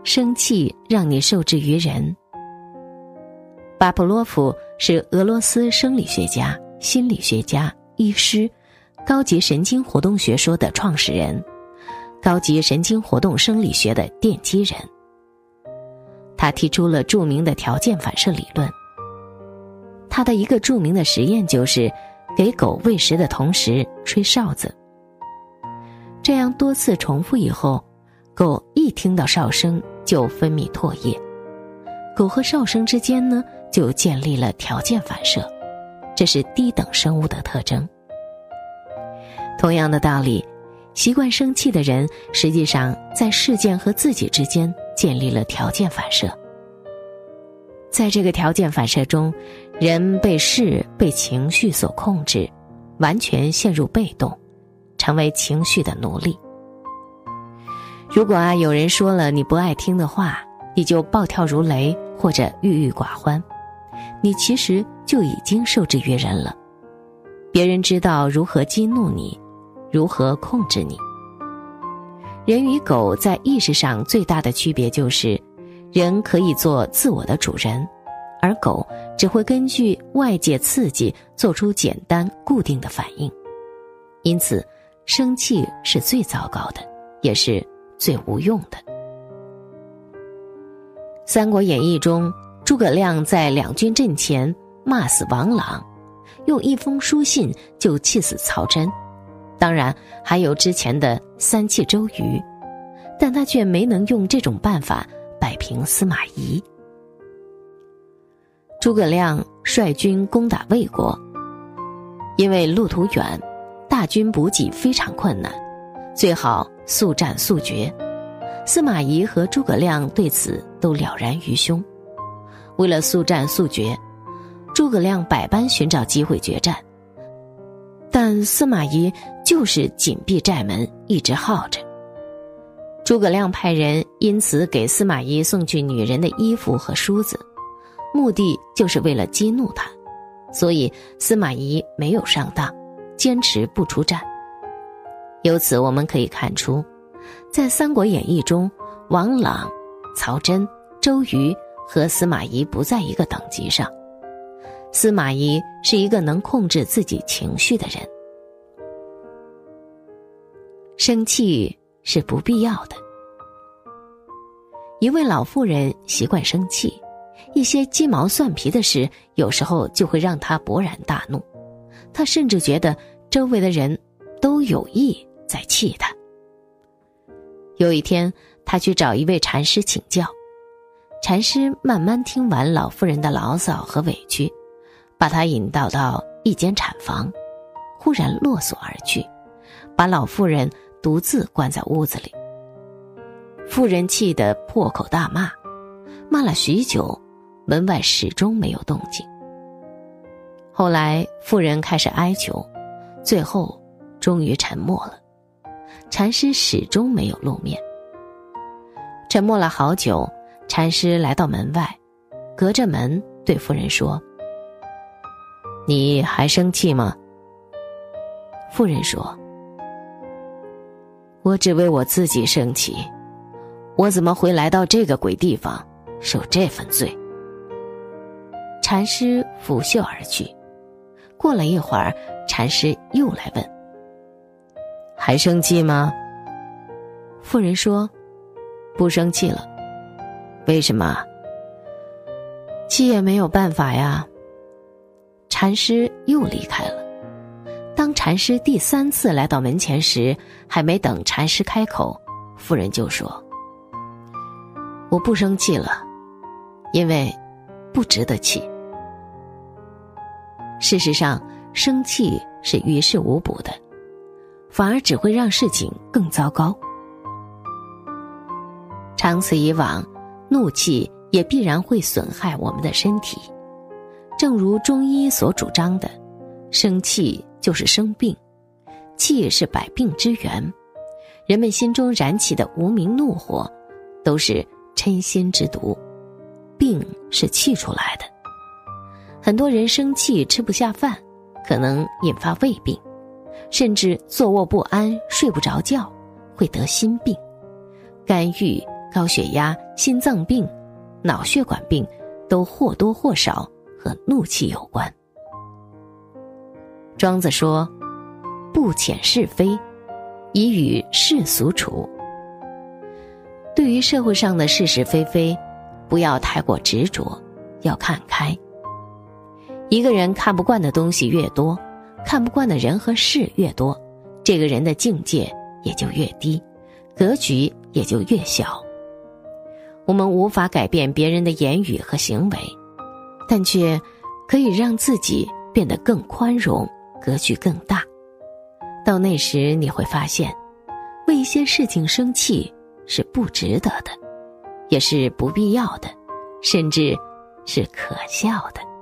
生气让你受制于人。巴甫洛夫是俄罗斯生理学家、心理学家、医师，高级神经活动学说的创始人，高级神经活动生理学的奠基人。他提出了著名的条件反射理论。他的一个著名的实验就是给狗喂食的同时吹哨子。这样多次重复以后，狗一听到哨声就分泌唾液，狗和哨声之间呢就建立了条件反射，这是低等生物的特征。同样的道理，习惯生气的人实际上在事件和自己之间建立了条件反射。在这个条件反射中，人被事、被情绪所控制，完全陷入被动，成为情绪的奴隶。如果有人说了你不爱听的话，你就暴跳如雷或者郁郁寡欢，你其实就已经受制于人了。别人知道如何激怒你，如何控制你。人与狗在意识上最大的区别就是，人可以做自我的主人，而狗只会根据外界刺激做出简单固定的反应。因此，生气是最糟糕的，也是最无用的。《三国演义》中，诸葛亮在两军阵前骂死王朗，用一封书信就气死曹真，当然还有之前的三气周瑜，但他却没能用这种办法摆平司马懿。诸葛亮率军攻打魏国，因为路途远，大军补给非常困难，最好速战速决。司马懿和诸葛亮对此都了然于胸。为了速战速决，诸葛亮百般寻找机会决战，但司马懿就是紧闭寨门，一直耗着。诸葛亮派人因此给司马懿送去女人的衣服和梳子，目的就是为了激怒他，所以司马懿没有上当，坚持不出战。由此我们可以看出，在《三国演义》中，王朗、曹真、周瑜和司马懿不在一个等级上。司马懿是一个能控制自己情绪的人。生气是不必要的。一位老妇人习惯生气，一些鸡毛蒜皮的事有时候就会让她勃然大怒，她甚至觉得周围的人都有意在气她。有一天，她去找一位禅师请教，禅师慢慢听完老妇人的牢骚和委屈，把她引导到一间产房，忽然落锁而去，把老妇人独自关在屋子里。妇人气得破口大骂，骂了许久，门外始终没有动静。后来妇人开始哀求，最后终于沉默了。禅师始终没有露面。沉默了好久，禅师来到门外，隔着门对妇人说：“你还生气吗？”妇人说：“我只为我自己生气，我怎么会来到这个鬼地方，受这份罪？”禅师拂袖而去。过了一会儿，禅师又来问：“还生气吗？”妇人说：“不生气了。”“为什么？”“气也没有办法呀。”禅师又离开了。当禅师第3次来到门前时，还没等禅师开口，妇人就说：“我不生气了，因为不值得气。”事实上，生气是于事无补的，反而只会让事情更糟糕。长此以往，怒气也必然会损害我们的身体。正如中医所主张的，生气就是生病，气是百病之源。人们心中燃起的无名怒火，都是嗔心之毒，病是气出来的。很多人生气吃不下饭，可能引发胃病，甚至坐卧不安，睡不着觉，会得心病。肝郁高血压、心脏病、脑血管病都或多或少和怒气有关。庄子说：不遣是非，以与世俗处。对于社会上的是是非非，不要太过执着，要看开。一个人看不惯的东西越多，看不惯的人和事越多，这个人的境界也就越低，格局也就越小。我们无法改变别人的言语和行为，但却可以让自己变得更宽容，格局更大。到那时你会发现，为一些事情生气是不值得的，也是不必要的，甚至是可笑的。